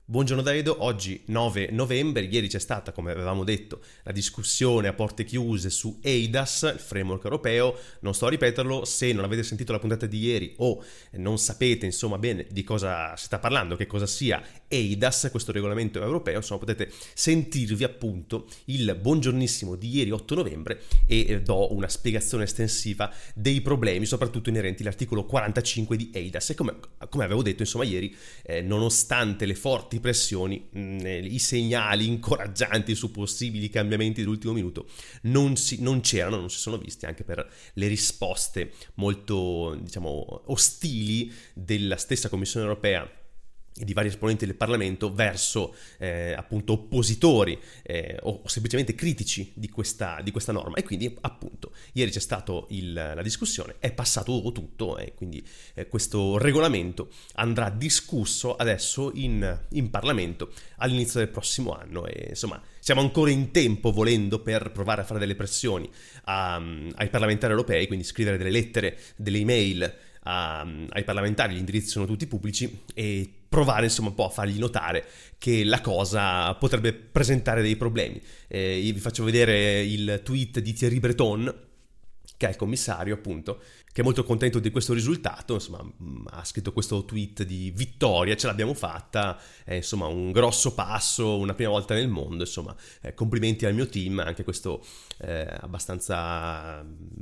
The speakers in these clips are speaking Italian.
Buongiorno da Edo, oggi 9 novembre, ieri c'è stata, come avevamo detto, la discussione a porte chiuse su eIDAS, il framework europeo. Non sto a ripeterlo, se non avete sentito la puntata di ieri o non sapete insomma bene di cosa si sta parlando, che cosa sia eIDAS, questo regolamento europeo, insomma potete sentirvi appunto il buongiornissimo di ieri 8 novembre e do una spiegazione estensiva dei problemi, soprattutto inerenti all'articolo 45 di eIDAS. E come avevo detto insomma ieri, nonostante le forti pressioni, i segnali incoraggianti su possibili cambiamenti dell'ultimo minuto non si sono visti, anche per le risposte molto, ostili della stessa Commissione europea e di vari esponenti del Parlamento verso appunto oppositori o semplicemente critici di questa norma. E quindi appunto ieri c'è stata la discussione, è passato tutto e quindi questo regolamento andrà discusso adesso in Parlamento all'inizio del prossimo anno e insomma siamo ancora in tempo, volendo, per provare a fare delle pressioni ai parlamentari europei, quindi scrivere delle lettere, delle email ai parlamentari. Gli indirizzi sono tutti pubblici e provare insomma un po' a fargli notare che la cosa potrebbe presentare dei problemi. Io vi faccio vedere il tweet di Thierry Breton, che è il commissario appunto, che è molto contento di questo risultato. Insomma ha scritto questo tweet di vittoria: ce l'abbiamo fatta, è insomma un grosso passo, una prima volta nel mondo, insomma complimenti al mio team. Anche questo abbastanza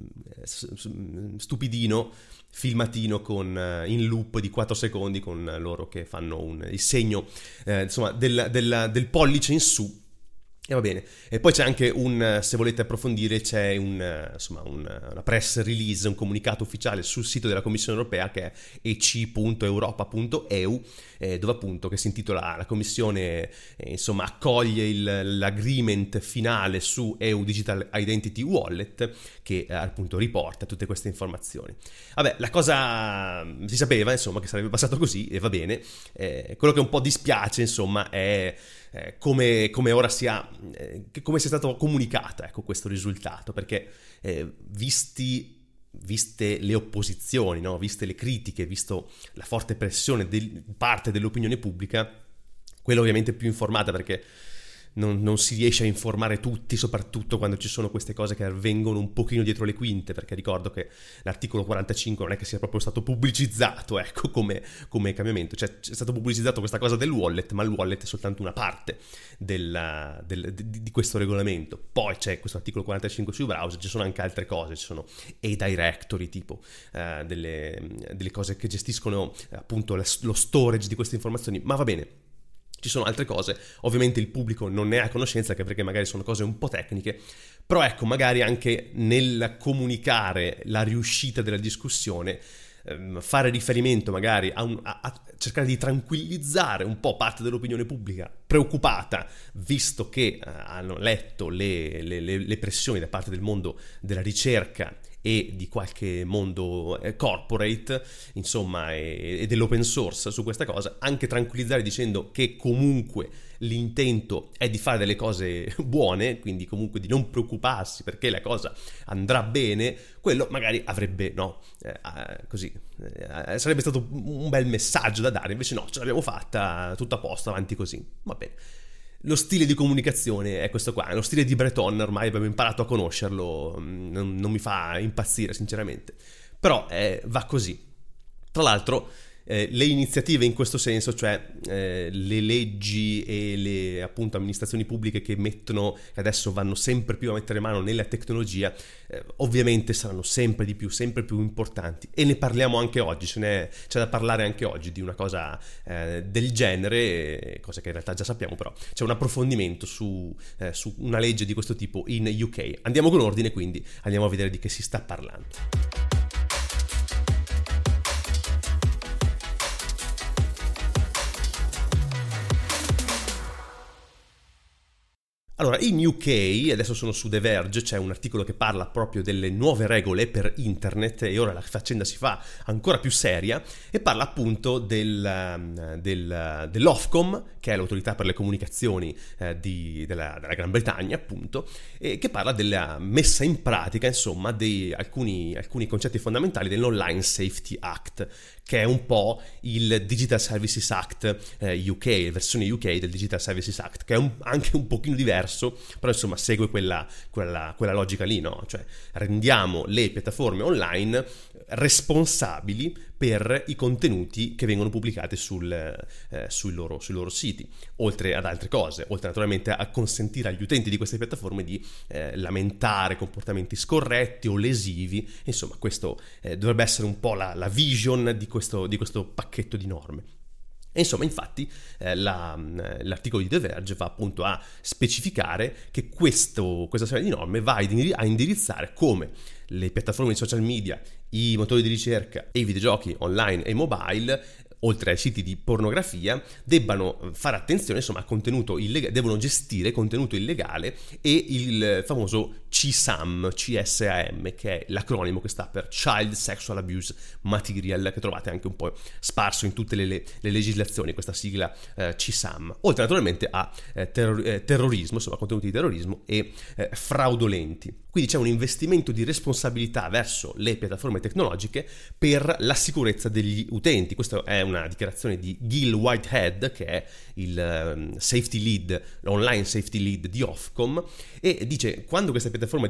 stupidino filmatino in loop di 4 secondi con loro che fanno il segno insomma del pollice in su. E va bene. E poi c'è anche se volete approfondire, c'è una press release, un comunicato ufficiale sul sito della Commissione Europea, che è ec.europa.eu, dove appunto, che si intitola: la Commissione insomma accoglie l'agreement finale su EU Digital Identity Wallet, che appunto riporta tutte queste informazioni. Vabbè, la cosa si sapeva insomma che sarebbe passato così, e va bene. Quello che un po' dispiace insomma è come ora come sia stato comunicato, ecco, questo risultato, perché viste le opposizioni, no? Viste le critiche, visto la forte pressione di parte dell'opinione pubblica, quella ovviamente più informata, perché non si riesce a informare tutti, soprattutto quando ci sono queste cose che avvengono un pochino dietro le quinte, perché ricordo che l'articolo 45 non è che sia proprio stato pubblicizzato, ecco, come cambiamento. Cioè, c'è stato pubblicizzato questa cosa del wallet, ma il wallet è soltanto una parte di questo regolamento. Poi c'è questo articolo 45 sui browser, ci sono anche altre cose, ci sono e-directory, tipo delle cose che gestiscono appunto lo storage di queste informazioni, ma va bene. Ci sono altre cose, ovviamente il pubblico non ne ha conoscenza, anche perché magari sono cose un po' tecniche, però ecco, magari anche nel comunicare la riuscita della discussione, fare riferimento magari a cercare di tranquillizzare un po' parte dell'opinione pubblica preoccupata, visto che hanno letto le pressioni da parte del mondo della ricerca e di qualche mondo corporate, insomma, e dell'open source su questa cosa. Anche tranquillizzare dicendo che comunque l'intento è di fare delle cose buone, quindi comunque di non preoccuparsi perché la cosa andrà bene. Quello magari avrebbe, sarebbe stato un bel messaggio da dare. Invece no, ce l'abbiamo fatta, tutto a posto, avanti così, va bene. Lo stile di comunicazione è questo qua, lo stile di Breton, ormai abbiamo imparato a conoscerlo, non mi fa impazzire sinceramente, però va così. Tra l'altro le iniziative in questo senso, cioè le leggi e le appunto amministrazioni pubbliche che adesso vanno sempre più a mettere mano nella tecnologia, ovviamente saranno sempre di più, sempre più importanti, e ne parliamo anche oggi. C'è da parlare anche oggi di una cosa del genere, cosa che in realtà già sappiamo, però c'è un approfondimento su una legge di questo tipo in UK. Andiamo con ordine, quindi andiamo a vedere di che si sta parlando. Allora, in UK, adesso sono su The Verge, c'è un articolo che parla proprio delle nuove regole per internet, e ora la faccenda si fa ancora più seria, e parla appunto dell'Ofcom, che è l'autorità per le comunicazioni della Gran Bretagna, appunto, e che parla della messa in pratica, insomma, di alcuni concetti fondamentali dell'Online Safety Act, che è un po' il Digital Services Act UK, versione UK del Digital Services Act, che è anche un pochino diverso, però insomma segue quella logica lì, no? Cioè rendiamo le piattaforme online responsabili per i contenuti che vengono pubblicati sui loro siti, oltre ad altre cose, oltre naturalmente a consentire agli utenti di queste piattaforme di lamentare comportamenti scorretti o lesivi. Insomma, questo dovrebbe essere un po' la vision di questo pacchetto di norme. E insomma, infatti, l'articolo di The Verge va appunto a specificare che questa serie di norme va a indirizzare come le piattaforme di social media, i motori di ricerca e i videogiochi online e mobile, oltre ai siti di pornografia, debbano fare attenzione insomma a contenuto illegale, devono gestire contenuto illegale e il famoso CSAM, che è l'acronimo che sta per Child Sexual Abuse Material, che trovate anche un po' sparso in tutte le legislazioni, questa sigla CSAM, oltre naturalmente a terrorismo, insomma contenuti di terrorismo e fraudolenti. Quindi c'è un investimento di responsabilità verso le piattaforme tecnologiche per la sicurezza degli utenti. Questa è una dichiarazione di Gil Whitehead, che è il safety lead, l'online safety lead di Ofcom, e dice: quando queste piattaforme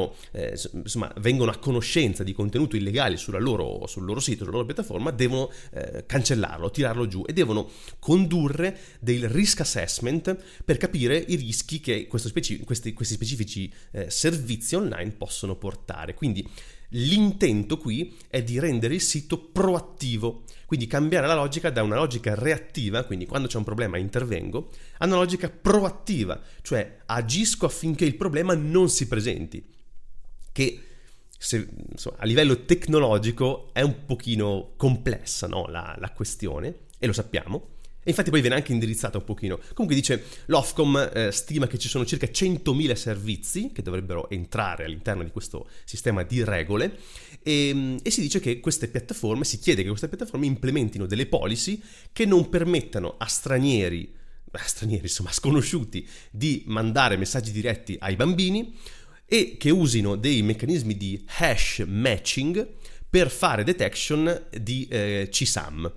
vengono a conoscenza di contenuti illegali sul loro sito, sulla loro piattaforma, devono cancellarlo, tirarlo giù, e devono condurre del risk assessment per capire i rischi che questi specifici servizi online possono portare. Quindi l'intento qui è di rendere il sito proattivo, quindi cambiare la logica da una logica reattiva, quindi quando c'è un problema intervengo, a una logica proattiva, cioè agisco affinché il problema non si presenti, che a livello tecnologico è un pochino complessa, no? la questione, e lo sappiamo. E infatti poi viene anche indirizzata un pochino. Comunque dice, l'Ofcom stima che ci sono circa 100.000 servizi che dovrebbero entrare all'interno di questo sistema di regole, e si dice che si chiede che queste piattaforme implementino delle policy che non permettano a stranieri, insomma sconosciuti, di mandare messaggi diretti ai bambini, e che usino dei meccanismi di hash matching per fare detection di CSAM.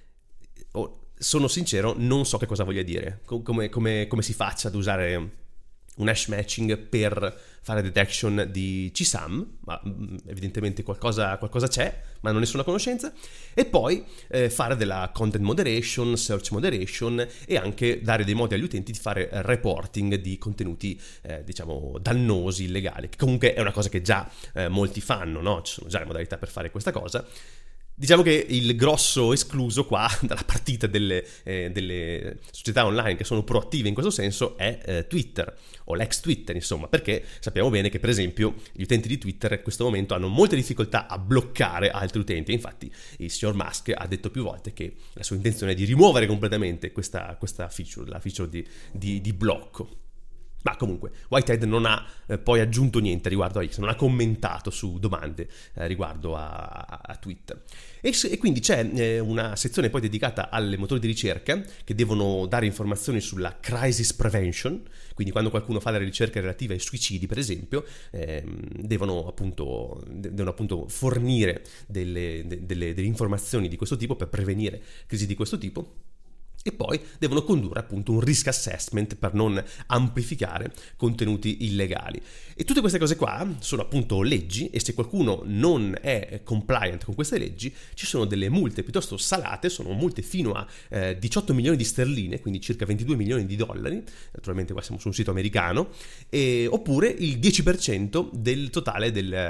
Sono sincero, non so che cosa voglia dire, come si faccia ad usare un hash matching per fare detection di CSAM, ma evidentemente qualcosa c'è, ma non ne sono a conoscenza, e poi fare della content moderation, search moderation, e anche dare dei modi agli utenti di fare reporting di contenuti dannosi, illegali, che comunque è una cosa che già molti fanno, no? Ci sono già le modalità per fare questa cosa. Diciamo che il grosso escluso qua dalla partita delle società online che sono proattive in questo senso è Twitter, o l'ex Twitter, insomma, perché sappiamo bene che per esempio gli utenti di Twitter in questo momento hanno molte difficoltà a bloccare altri utenti. Infatti il signor Musk ha detto più volte che la sua intenzione è di rimuovere completamente questa feature, la feature di blocco. Ma comunque Whitehead non ha poi aggiunto niente riguardo a X, non ha commentato su domande riguardo a Twitter. E quindi c'è una sezione poi dedicata alle motori di ricerca che devono dare informazioni sulla crisis prevention, quindi quando qualcuno fa delle ricerche relative ai suicidi, per esempio, devono appunto fornire delle informazioni di questo tipo per prevenire crisi di questo tipo. E poi devono condurre appunto un risk assessment per non amplificare contenuti illegali. E tutte queste cose qua sono appunto leggi, e se qualcuno non è compliant con queste leggi ci sono delle multe piuttosto salate, sono multe fino a 18 milioni di sterline, quindi circa 22 milioni di dollari, naturalmente qua siamo su un sito americano, oppure il 10% del totale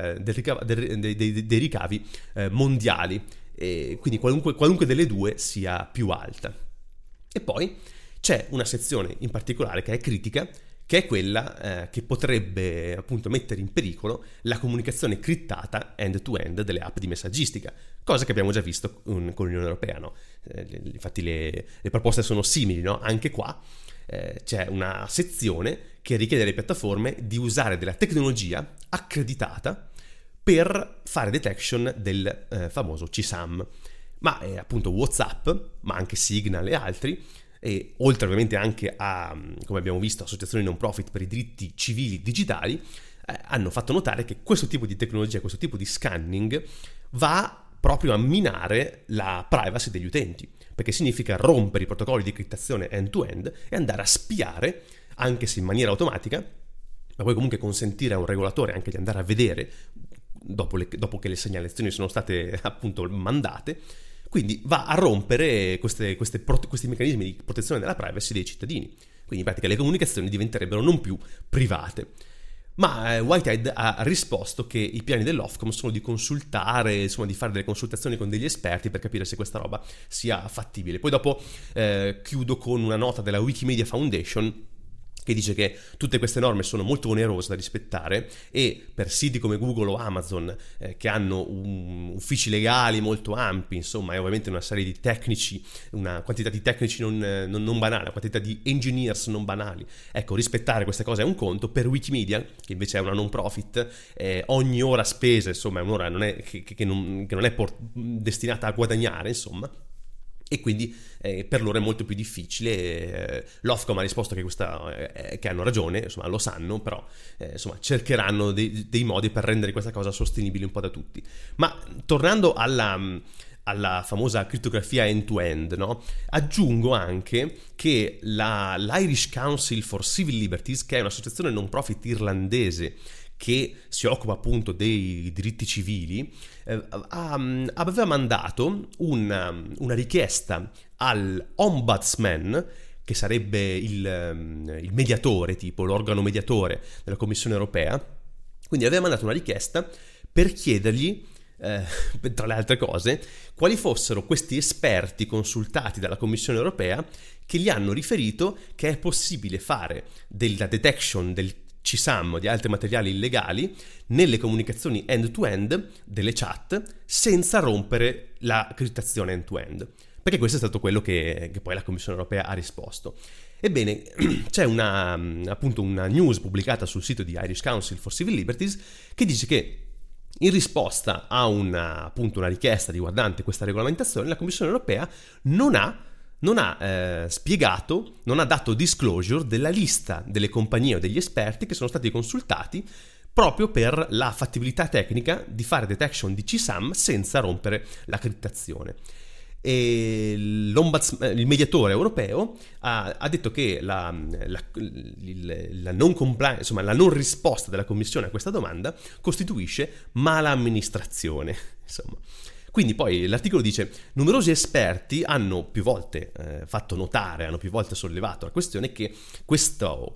dei ricavi mondiali, e quindi qualunque delle due sia più alta. E poi c'è una sezione in particolare che è critica, che è quella che potrebbe appunto mettere in pericolo la comunicazione criptata end-to-end delle app di messaggistica, cosa che abbiamo già visto con l'Unione Europea, no? Infatti le proposte sono simili, no? Anche qua c'è una sezione che richiede alle piattaforme di usare della tecnologia accreditata per fare detection del famoso CSAM. Ma appunto WhatsApp, ma anche Signal e altri, e oltre ovviamente anche a, come abbiamo visto, associazioni non profit per i diritti civili digitali, hanno fatto notare che questo tipo di tecnologia, questo tipo di scanning va proprio a minare la privacy degli utenti, perché significa rompere i protocolli di criptazione end-to-end e andare a spiare, anche se in maniera automatica, ma poi comunque consentire a un regolatore anche di andare a vedere dopo che le segnalazioni sono state appunto mandate. Quindi va a rompere questi meccanismi di protezione della privacy dei cittadini. Quindi in pratica le comunicazioni diventerebbero non più private. Ma Whitehead ha risposto che i piani dell'Ofcom sono di consultare, insomma di fare delle consultazioni con degli esperti per capire se questa roba sia fattibile. Poi dopo chiudo con una nota della Wikimedia Foundation che dice che tutte queste norme sono molto onerose da rispettare e per siti come Google o Amazon che hanno uffici legali molto ampi, insomma, e ovviamente una serie di tecnici, una quantità di tecnici non banale, una quantità di engineers non banali. Ecco, rispettare queste cose è un conto. Per Wikimedia, che invece è una non profit, ogni ora spesa, insomma, è un'ora che non è destinata a guadagnare, insomma. E quindi per loro è molto più difficile. L'Ofcom ha risposto che hanno ragione, insomma lo sanno, però insomma cercheranno dei modi per rendere questa cosa sostenibile un po' da tutti. Ma tornando alla famosa crittografia end-to-end, no? Aggiungo anche che l'Irish Council for Civil Liberties, che è un'associazione non profit irlandese che si occupa appunto dei diritti civili, aveva mandato una richiesta all'Ombudsman, che sarebbe il mediatore, tipo l'organo mediatore della Commissione europea. Quindi aveva mandato una richiesta per chiedergli, tra le altre cose, quali fossero questi esperti consultati dalla Commissione europea che gli hanno riferito che è possibile fare della detection del CSAM o di altri materiali illegali nelle comunicazioni end-to-end delle chat senza rompere la criptazione end-to-end, perché questo è stato quello che poi la Commissione europea ha risposto. Ebbene, c'è una news pubblicata sul sito di Irish Council for Civil Liberties che dice che in risposta a una richiesta riguardante questa regolamentazione, la Commissione europea non ha spiegato, non ha dato disclosure della lista delle compagnie o degli esperti che sono stati consultati proprio per la fattibilità tecnica di fare detection di CSAM senza rompere la criptazione. E il mediatore europeo ha detto che la non compliance, insomma la non risposta della Commissione a questa domanda costituisce mala amministrazione, insomma. Quindi poi l'articolo dice: numerosi esperti hanno più volte fatto notare, hanno più volte sollevato la questione che questo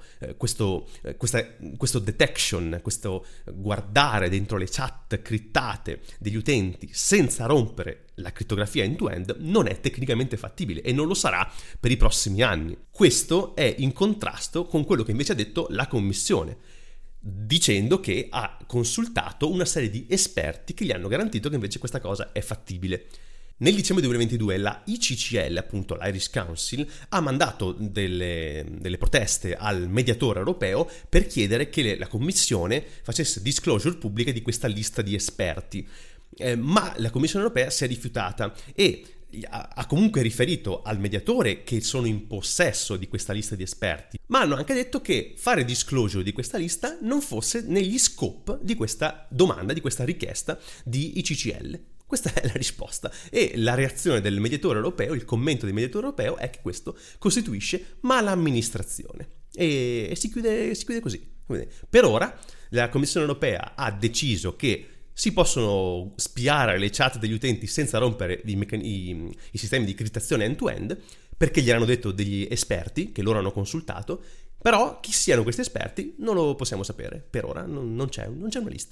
detection, questo guardare dentro le chat criptate degli utenti senza rompere la crittografia end-to-end non è tecnicamente fattibile e non lo sarà per i prossimi anni. Questo è in contrasto con quello che invece ha detto la Commissione, dicendo che ha consultato una serie di esperti che gli hanno garantito che invece questa cosa è fattibile. Nel dicembre 2022 la ICCL, appunto l'Irish Council, ha mandato delle proteste al mediatore europeo per chiedere che la Commissione facesse disclosure pubbliche di questa lista di esperti. Ma la Commissione europea si è rifiutata e ha comunque riferito al mediatore che sono in possesso di questa lista di esperti, ma hanno anche detto che fare disclosure di questa lista non fosse negli scope di questa domanda, di questa richiesta di ICCL. Questa è la risposta e la reazione del mediatore europeo, il commento del mediatore europeo è che questo costituisce mala amministrazione e si chiude così. Per ora la Commissione europea ha deciso che si possono spiare le chat degli utenti senza rompere i sistemi di criptazione end-to-end, perché gliel'hanno detto degli esperti che loro hanno consultato, però chi siano questi esperti non lo possiamo sapere. Per ora non c'è una lista.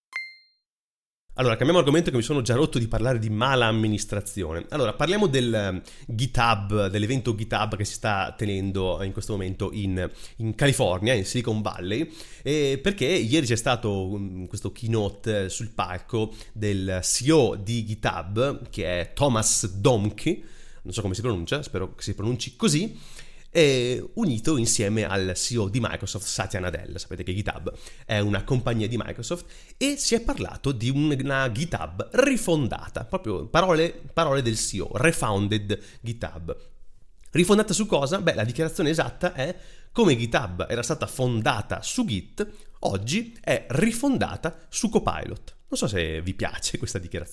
Allora, cambiamo argomento, che mi sono già rotto di parlare di mala amministrazione. Allora, parliamo del GitHub, dell'evento GitHub che si sta tenendo in questo momento in California, in Silicon Valley, perché ieri c'è stato questo keynote sul palco del CEO di GitHub, che è Thomas Dohmke, non so come si pronuncia, spero che si pronunci così, unito insieme al CEO di Microsoft, Satya Nadella. Sapete che GitHub è una compagnia di Microsoft e si è parlato di una GitHub rifondata, proprio parole del CEO, refounded GitHub. Rifondata su cosa? Beh, la dichiarazione esatta è: come GitHub era stata fondata su Git, oggi è rifondata su Copilot. Non so se vi piace questa dichiarazione.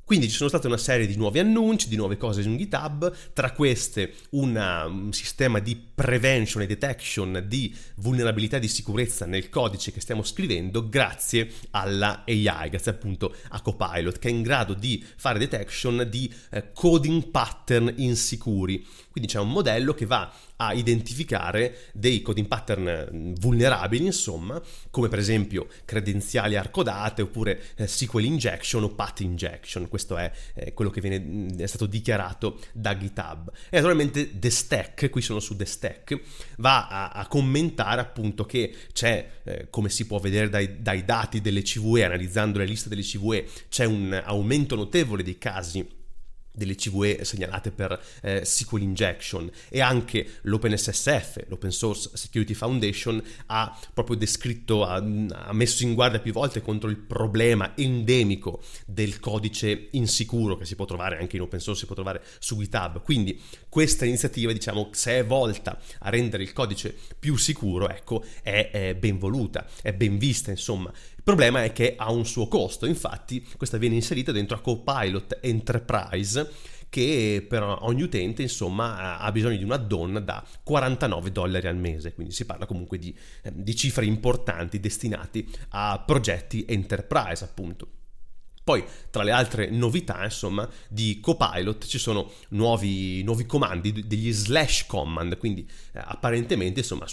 Quindi ci sono state una serie di nuovi annunci, di nuove cose su GitHub, tra queste un sistema di prevention e detection di vulnerabilità di sicurezza nel codice che stiamo scrivendo grazie alla AI, grazie appunto a Copilot, che è in grado di fare detection di coding pattern insicuri. Quindi c'è un modello che va a identificare dei coding pattern vulnerabili, insomma, come per esempio credenziali arcodate oppure SQL injection o path injection. Questo è quello che è stato dichiarato da GitHub. E naturalmente The Stack, qui sono su The Stack, va a commentare appunto che c'è, come si può vedere dai dati delle CVE, analizzando le liste delle CVE, c'è un aumento notevole dei casi delle CVE segnalate per SQL injection, e anche l'OpenSSF, l'Open Source Security Foundation, ha proprio descritto, ha messo in guardia più volte contro il problema endemico del codice insicuro che si può trovare anche in open source, si può trovare su GitHub. Quindi questa iniziativa, diciamo, se è volta a rendere il codice più sicuro, ecco, è ben voluta, è ben vista, insomma. Il problema è che ha un suo costo, infatti questa viene inserita dentro a Copilot Enterprise, che per ogni utente, insomma, ha bisogno di un add-on da $49 al mese, quindi si parla comunque di cifre importanti destinati a progetti enterprise, appunto. Poi, tra le altre novità, insomma, di Copilot ci sono nuovi comandi, degli slash command, quindi apparentemente, insomma,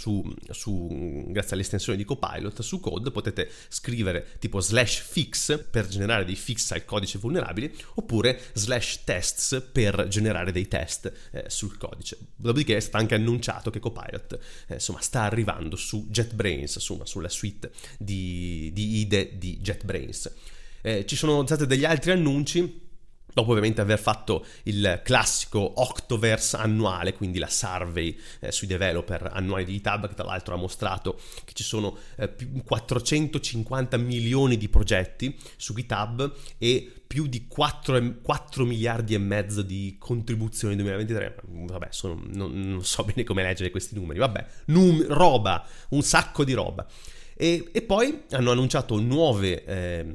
grazie all'estensione di Copilot su code potete scrivere tipo slash fix per generare dei fix al codice vulnerabile, oppure slash tests per generare dei test sul codice. Dopodiché è stato anche annunciato che Copilot insomma, sta arrivando su JetBrains, insomma, sulla suite di IDE di JetBrains. Ci sono stati degli altri annunci, dopo ovviamente aver fatto il classico Octoverse annuale, quindi la survey sui developer annuali di GitHub, che tra l'altro ha mostrato che ci sono 450 milioni di progetti su GitHub e più di 4 miliardi e mezzo di contribuzioni nel 2023. Vabbè, non so bene come leggere questi numeri, vabbè, roba, un sacco di roba. E poi hanno annunciato nuove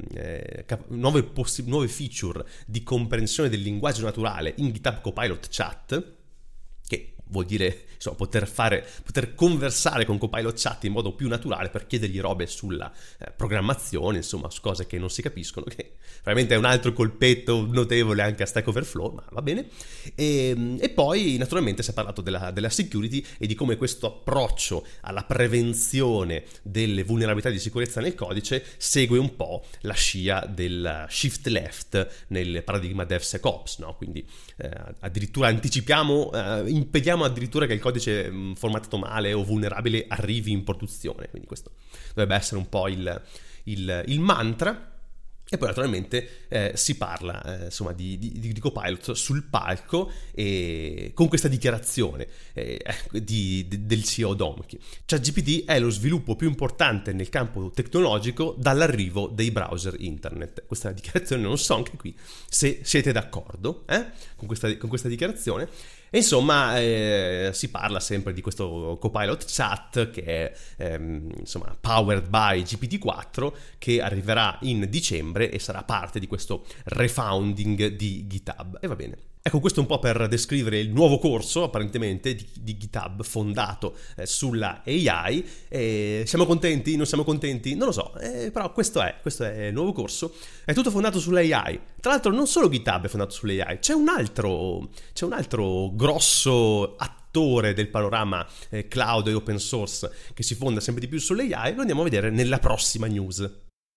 feature di comprensione del linguaggio naturale in GitHub Copilot Chat, che vuol dire, insomma, poter conversare con Copilot Chat in modo più naturale per chiedergli robe sulla programmazione, insomma, su cose che non si capiscono, che veramente è un altro colpetto notevole anche a Stack Overflow, ma va bene. E poi naturalmente si è parlato della security e di come questo approccio alla prevenzione delle vulnerabilità di sicurezza nel codice segue un po' la scia del shift left nel paradigma DevSecOps, no? Quindi addirittura impediamo addirittura che il codice formattato male o vulnerabile arrivi in produzione, quindi questo dovrebbe essere un po' il mantra. E poi naturalmente si parla insomma di Copilot sul palco, e con questa dichiarazione del CEO Domke: ChatGPT è lo sviluppo più importante nel campo tecnologico dall'arrivo dei browser internet. Questa dichiarazione, non so anche qui se siete d'accordo con questa dichiarazione. E insomma si parla sempre di questo Copilot Chat che è insomma powered by GPT-4, che arriverà in dicembre e sarà parte di questo refounding di GitHub. E va bene. Ecco, questo un po' per descrivere il nuovo corso, apparentemente, di GitHub fondato sulla AI. Siamo contenti? Non siamo contenti? Non lo so, però questo è il nuovo corso. È tutto fondato sull'AI. Tra l'altro non solo GitHub è fondato sull'AI, c'è un altro grosso attore del panorama cloud e open source che si fonda sempre di più sull'AI. Lo andiamo a vedere nella prossima news.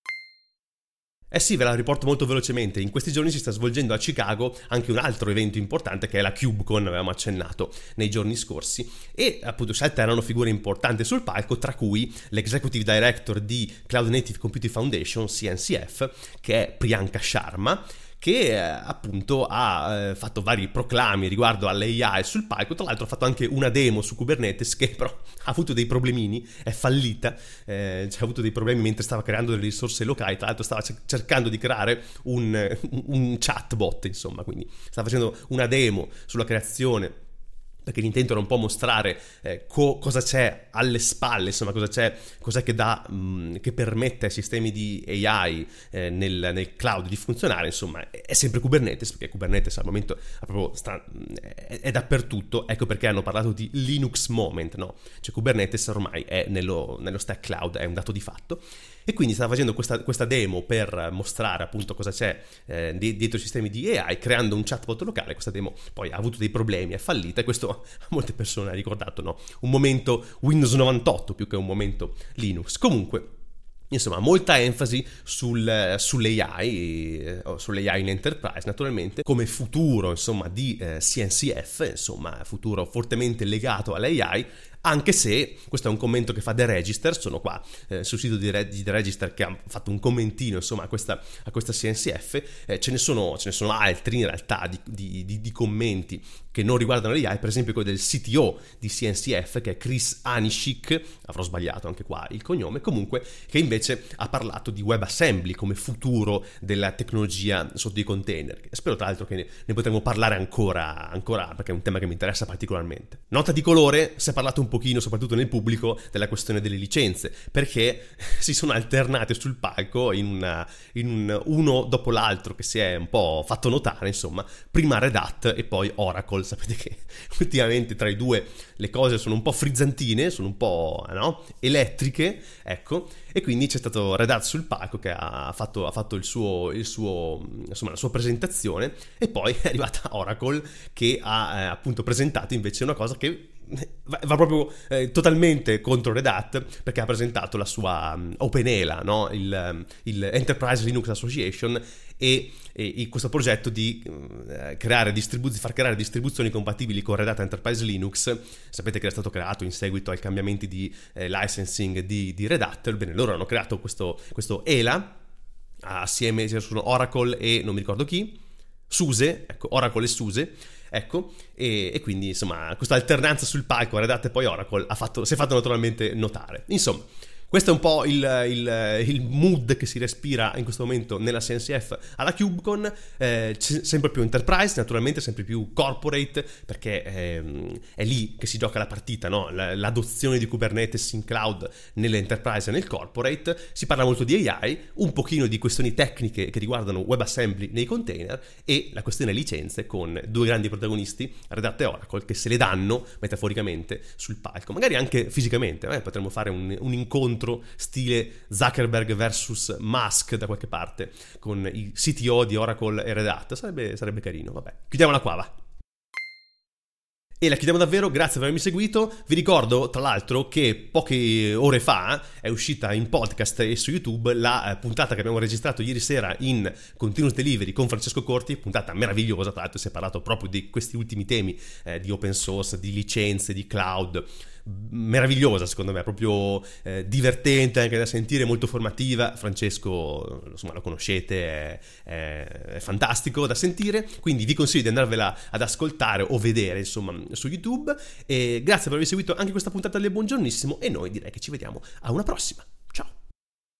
Sì, ve la riporto molto velocemente. In questi giorni si sta svolgendo a Chicago anche un altro evento importante, che è la KubeCon, avevamo accennato nei giorni scorsi, e appunto si alternano figure importanti sul palco, tra cui l'Executive Director di Cloud Native Computing Foundation, CNCF, che è Priyanka Sharma, che appunto ha fatto vari proclami riguardo all'AI sul palco. Tra l'altro ha fatto anche una demo su Kubernetes che però ha avuto dei problemini, è fallita, ha avuto dei problemi mentre stava creando delle risorse locali. Tra l'altro stava cercando di creare un chatbot, insomma, quindi stava facendo una demo sulla creazione perché l'intento era un po' mostrare cosa c'è alle spalle, insomma cos'è che che permette ai sistemi di AI nel cloud di funzionare. Insomma è sempre Kubernetes, perché Kubernetes al momento è dappertutto. Ecco perché hanno parlato di Linux moment, no? Cioè Kubernetes ormai è nello stack cloud, è un dato di fatto. E quindi stava facendo questa demo per mostrare appunto cosa c'è dietro i sistemi di AI, creando un chatbot locale. Questa demo poi ha avuto dei problemi, è fallita, e questo a molte persone ha ricordato, no? Un momento Windows 98 più che un momento Linux. Comunque, insomma, molta enfasi sull'AI in enterprise, naturalmente, come futuro, insomma, di CNCF, insomma, futuro fortemente legato all'AI, anche se, questo è un commento che fa The Register, sono qua sul sito di The Register che ha fatto un commentino, insomma, a questa CNCF, ce ne sono altri in realtà di commenti che non riguardano l'AI, per esempio quello del CTO di CNCF, che è Chris Anishik, avrò sbagliato anche qua il cognome, comunque, che invece ha parlato di WebAssembly come futuro della tecnologia sotto i container. Spero tra l'altro che ne potremo parlare ancora, perché è un tema che mi interessa particolarmente. Nota di colore: si è parlato un pochino, soprattutto nel pubblico, della questione delle licenze, perché si sono alternati sul palco in uno dopo l'altro che si è un po' fatto notare, insomma, prima Red Hat e poi Oracle. Sapete che ultimamente tra i due le cose sono un po' frizzantine, sono un po' elettriche, ecco, e quindi c'è stato Red Hat sul palco che ha fatto il suo insomma, la sua presentazione, e poi è arrivata Oracle che ha appunto presentato invece una cosa che va proprio totalmente contro Red Hat, perché ha presentato la sua OpenELA, no? il Enterprise Linux Association, e questo progetto di far creare distribuzioni compatibili con Red Hat Enterprise Linux. Sapete che è stato creato in seguito ai cambiamenti di licensing di Red Hat. Bene, loro hanno creato questo ELA assieme, sono Oracle e non mi ricordo chi, SUSE, ecco, Oracle e SUSE, ecco, e quindi insomma questa alternanza sul palco Red Hat e poi Oracle si è fatto naturalmente notare. Insomma, questo è un po' il mood che si respira in questo momento nella CNCF alla KubeCon, sempre più enterprise, naturalmente sempre più corporate, perché è lì che si gioca la partita, no? L'adozione di Kubernetes in cloud nell'enterprise e nel corporate. Si parla molto di AI, un pochino di questioni tecniche che riguardano WebAssembly nei container, e la questione licenze con due grandi protagonisti, Red Hat e Oracle, che se le danno metaforicamente sul palco, magari anche fisicamente. Potremmo fare un incontro stile Zuckerberg versus Musk da qualche parte con i CTO di Oracle e Red Hat. Sarebbe carino. Vabbè, chiudiamola qua, va. E la chiudiamo davvero, grazie per avermi seguito. Vi ricordo tra l'altro che poche ore fa è uscita in podcast e su YouTube la puntata che abbiamo registrato ieri sera in Continuous Delivery con Francesco Corti, puntata meravigliosa. Tra l'altro si è parlato proprio di questi ultimi temi di open source, di licenze, di cloud. Meravigliosa, secondo me, proprio divertente anche da sentire, molto formativa. Francesco, insomma, lo conoscete, è fantastico da sentire, quindi vi consiglio di andarvela ad ascoltare o vedere, insomma, su YouTube. E grazie per aver seguito anche questa puntata del Buongiornissimo, e noi direi che ci vediamo a una prossima.